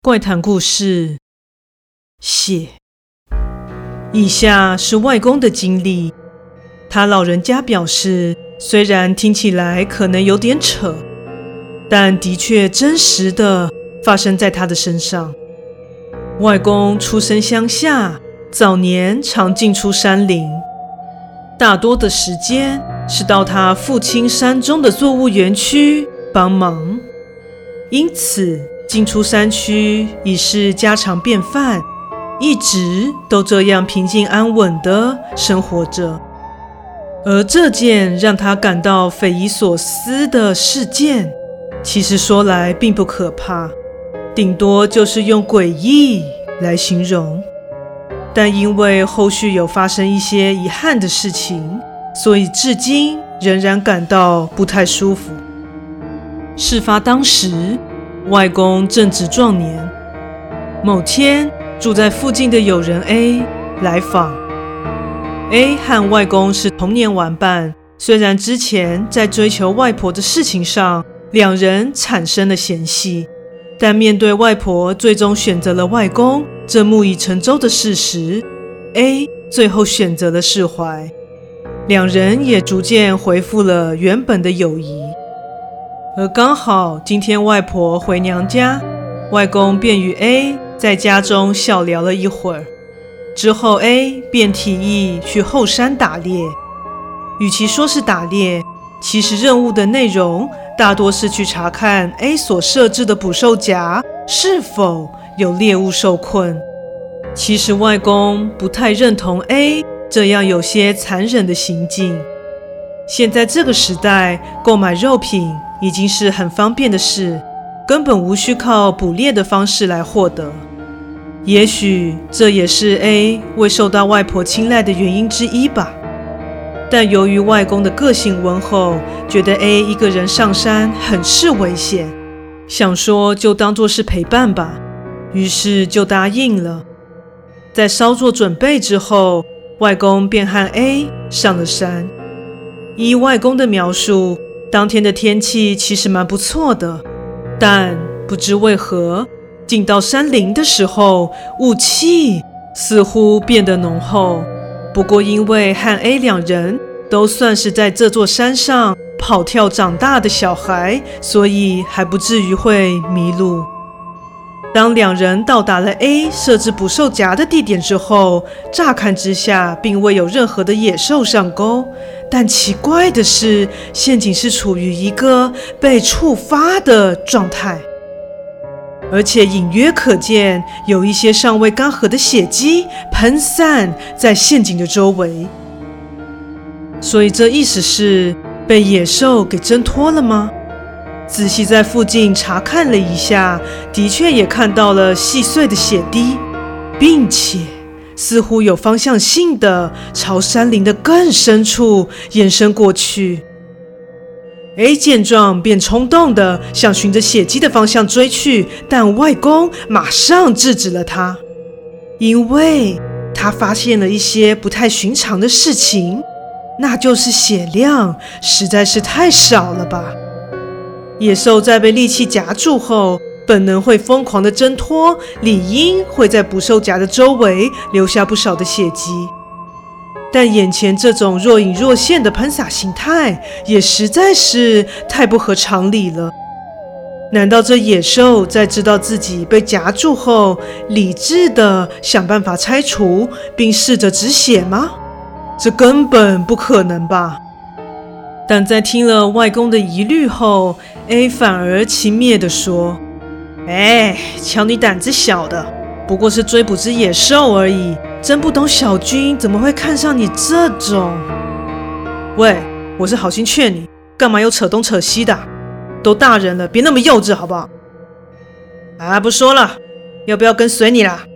怪谈故事血。以下是外公的经历，他老人家表示，虽然听起来可能有点扯，但的确真实的发生在他的身上。外公出生乡下，早年常进出山林，大多的时间是到他父亲山中的作物园区帮忙，因此进出山区已是家常便饭，一直都这样平静安稳地生活着。而这件让他感到匪夷所思的事件，其实说来并不可怕，顶多就是用诡异来形容。但因为后续有发生一些遗憾的事情，所以至今仍然感到不太舒服。事发当时，外公正值壮年。某天，住在附近的友人 A 来访。A 和外公是童年玩伴，虽然之前在追求外婆的事情上，两人产生了嫌隙，但面对外婆最终选择了外公这木已成舟的事实， A 最后选择了释怀，两人也逐渐恢复了原本的友谊。而刚好今天外婆回娘家，外公便与 A 在家中小聊了一会儿，之后 A 便提议去后山打猎。与其说是打猎，其实任务的内容大多是去查看 A 所设置的捕兽夹是否有猎物受困。其实外公不太认同 A 这样有些残忍的行径。现在这个时代，购买肉品已经是很方便的事，根本无需靠捕猎的方式来获得。也许这也是 A 未受到外婆青睐的原因之一吧。但由于外公的个性温厚，觉得 A 一个人上山很是危险，想说就当作是陪伴吧，于是就答应了。在稍作准备之后，外公便和 A 上了山。依外公的描述，当天的天气其实蛮不错的，但不知为何，进到山林的时候，雾气似乎变得浓厚。不过因为和 A 两人都算是在这座山上跑跳长大的小孩，所以还不至于会迷路。当两人到达了 A 设置捕兽夹的地点之后，乍看之下并未有任何的野兽上钩，但奇怪的是，陷阱是处于一个被触发的状态，而且隐约可见有一些尚未干涸的血迹喷散在陷阱的周围。所以这意思是被野兽给挣脱了吗？仔细在附近查看了一下，的确也看到了细碎的血滴，并且似乎有方向性的朝山林的更深处延伸过去。A 见状便冲动的想循着血迹的方向追去，但外公马上制止了他，因为他发现了一些不太寻常的事情，那就是血量实在是太少了吧。野兽在被利器夹住后，本能会疯狂的挣脱，理应会在捕兽夹的周围留下不少的血迹。但眼前这种若隐若现的喷洒形态，也实在是太不合常理了。难道这野兽在知道自己被夹住后，理智的想办法拆除，并试着止血吗？这根本不可能吧。但在听了外公的疑虑后， A 反而轻蔑地说：瞧你胆子小的，不过是追捕只野兽而已，真不懂小军怎么会看上你这种。喂，我是好心劝你，干嘛又扯东扯西的？都大人了，别那么幼稚好不好？不说了，要不要跟随你啦？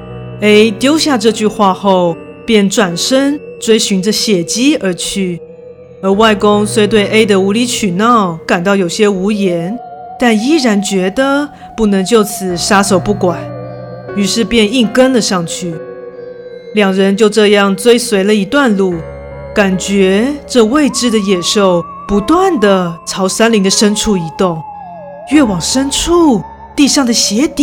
A 丢下这句话后，便转身追寻着血迹而去。而外公虽对 A 的无理取闹感到有些无言，但依然觉得不能就此撒手不管，于是便硬跟了上去。两人就这样追随了一段路，感觉这未知的野兽不断地朝山林的深处移动，越往深处，地上的血点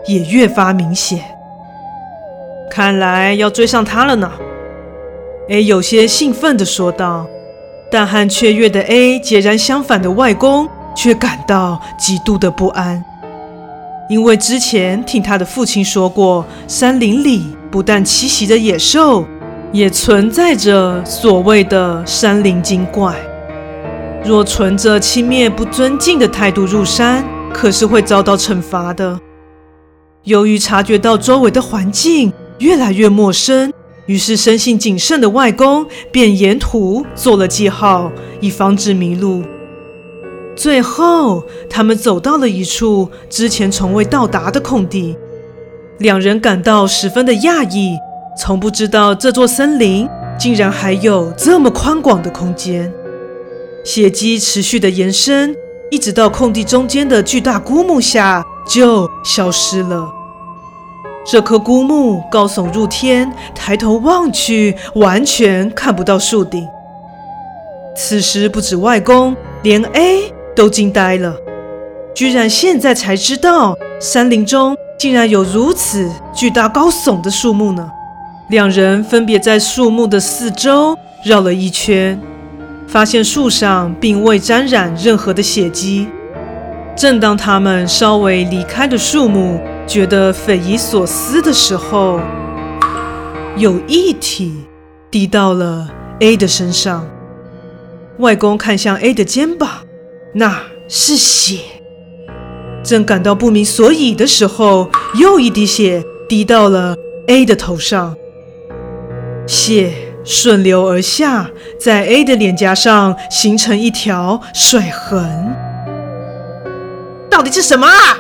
也越发明显。看来要追上他了呢。A 有些兴奋地说道，但和雀跃的 A 截然相反的外公却感到极度的不安，因为之前听他的父亲说过，山林里不但栖息着野兽，也存在着所谓的山林精怪。若存着轻蔑不尊敬的态度入山，可是会遭到惩罚的。由于察觉到周围的环境越来越陌生，于是生性谨慎的外公便沿途做了记号，以防止迷路。最后，他们走到了一处之前从未到达的空地，两人感到十分的讶异，从不知道这座森林竟然还有这么宽广的空间。血迹持续的延伸，一直到空地中间的巨大孤木下就消失了。这棵孤木高耸入天，抬头望去，完全看不到树顶。此时不止外公，连 A 都惊呆了，居然现在才知道，山林中竟然有如此巨大高耸的树木呢。两人分别在树木的四周绕了一圈，发现树上并未沾染任何的血迹。正当他们稍微离开了树木，觉得匪夷所思的时候，有液体滴到了 A 的身上。外公看向 A 的肩膀，那是血。正感到不明所以的时候，又一滴血滴到了 A 的头上，血顺流而下，在 A 的脸颊上形成一条水痕。到底是什么啊？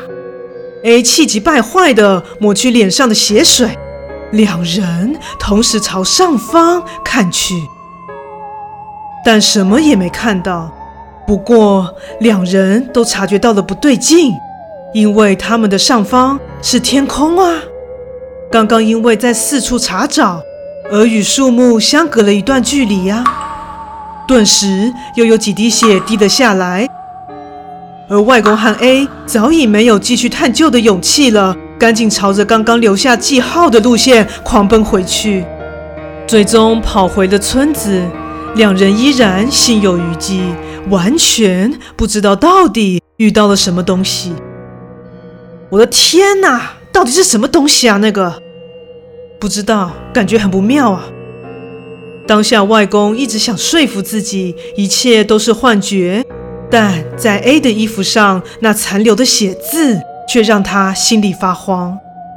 A 气急败坏地抹去脸上的血水，两人同时朝上方看去，但什么也没看到。不过两人都察觉到了不对劲，因为他们的上方是天空啊。刚刚因为在四处查找，而与树木相隔了一段距离啊，顿时又有几滴血滴了下来。而外公和 A 早已没有继续探究的勇气了，赶紧朝着刚刚留下记号的路线狂奔回去。最终跑回了村子，两人依然心有余悸，完全不知道到底遇到了什么东西。我的天哪，到底是什么东西啊？那个不知道，感觉很不妙啊。当下外公一直想说服自己一切都是幻觉，但在 A 的衣服上那残留的血渍却让他心里发慌。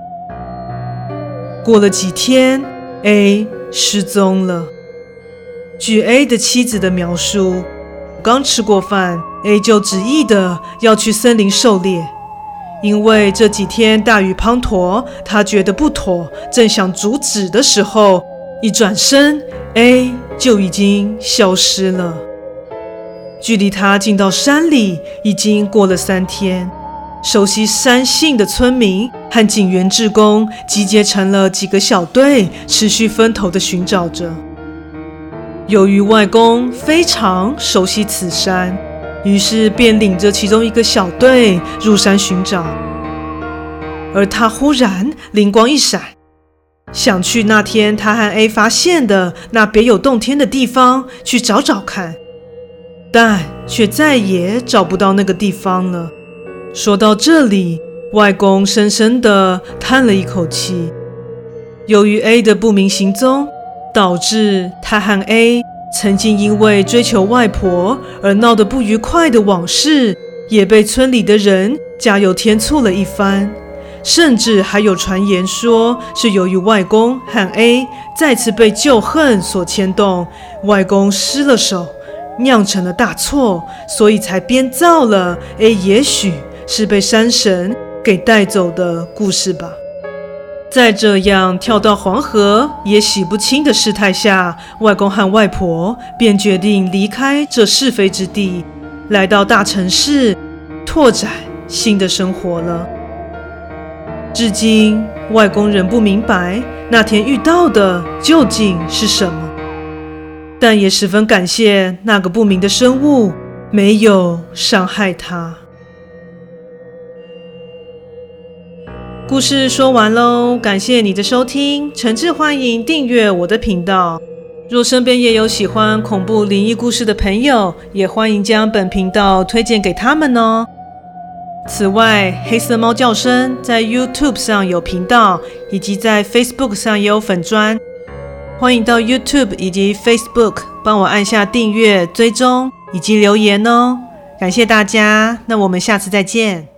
过了几天， A 失踪了。据 A 的妻子的描述，刚吃过饭， A 就执意的要去森林狩猎。因为这几天大雨滂沱，他觉得不妥，正想阻止的时候，一转身 A 就已经消失了。距离他进到山里已经过了3天，熟悉山性的村民和警员志工集结成了几个小队，持续分头的寻找着。由于外公非常熟悉此山，于是便领着其中一个小队入山寻找。而他忽然灵光一闪，想去那天他和 A 发现的那别有洞天的地方去找找看，但却再也找不到那个地方了。说到这里，外公深深地叹了一口气。由于 A 的不明行踪，导致他和 A 曾经因为追求外婆而闹得不愉快的往事，也被村里的人加油添醋了一番，甚至还有传言说是由于外公和 A 再次被旧恨所牵动，外公失了手，酿成了大错，所以才编造了 A 也许是被山神给带走的故事吧。在这样跳到黄河也洗不清的事态下，外公和外婆便决定离开这是非之地，来到大城市拓展新的生活了。至今外公仍不明白那天遇到的究竟是什么，但也十分感谢那个不明的生物没有伤害他。 故事说完喽，感谢你的收听，诚挚欢迎订阅我的频道。若身边也有喜欢恐怖灵异故事的朋友，也欢迎将本频道推荐给他们哦。此外，黑色猫叫声在 YouTube 上有频道，以及在 Facebook 上也有粉专，欢迎到 YouTube 以及 Facebook 帮我按下订阅、追踪以及留言哦。感谢大家，那我们下次再见。